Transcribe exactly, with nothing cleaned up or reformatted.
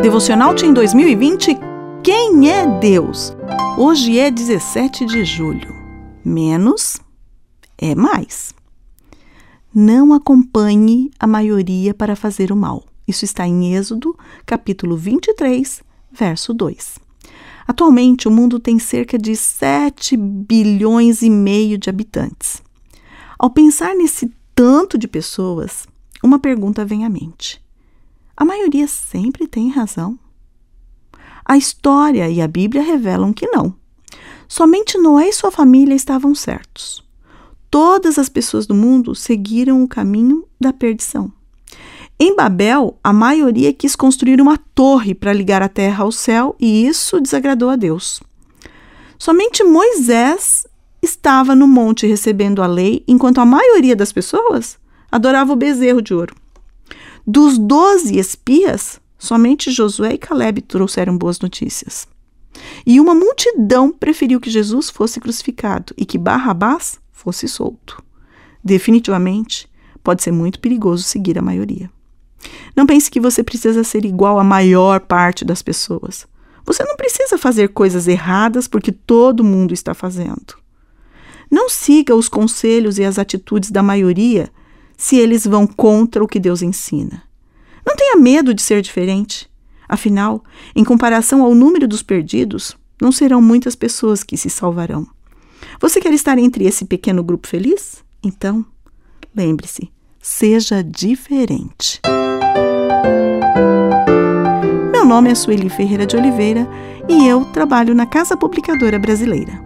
Devocional Team dois mil e vinte, quem é Deus? Hoje é dezessete de julho. Menos é mais. Não acompanhe a maioria para fazer o mal. Isso está em Êxodo, capítulo vinte e três, verso dois. Atualmente, o mundo tem cerca de sete bilhões e meio de habitantes. Ao pensar nesse tanto de pessoas, uma pergunta vem à mente. A maioria sempre tem razão? A história e a Bíblia revelam que não. Somente Noé e sua família estavam certos. Todas as pessoas do mundo seguiram o caminho da perdição. Em Babel, a maioria quis construir uma torre para ligar a terra ao céu e isso desagradou a Deus. Somente Moisés estava no monte recebendo a lei, enquanto a maioria das pessoas adorava o bezerro de ouro. Dos doze espias, somente Josué e Caleb trouxeram boas notícias. E uma multidão preferiu que Jesus fosse crucificado e que Barrabás fosse solto. Definitivamente, pode ser muito perigoso seguir a maioria. Não pense que você precisa ser igual à maior parte das pessoas. Você não precisa fazer coisas erradas porque todo mundo está fazendo. Não siga os conselhos e as atitudes da maioria se eles vão contra o que Deus ensina. Não tenha medo de ser diferente. Afinal, em comparação ao número dos perdidos, não serão muitas pessoas que se salvarão. Você quer estar entre esse pequeno grupo feliz? Então, lembre-se, seja diferente. Meu nome é Sueli Ferreira de Oliveira e eu trabalho na Casa Publicadora Brasileira.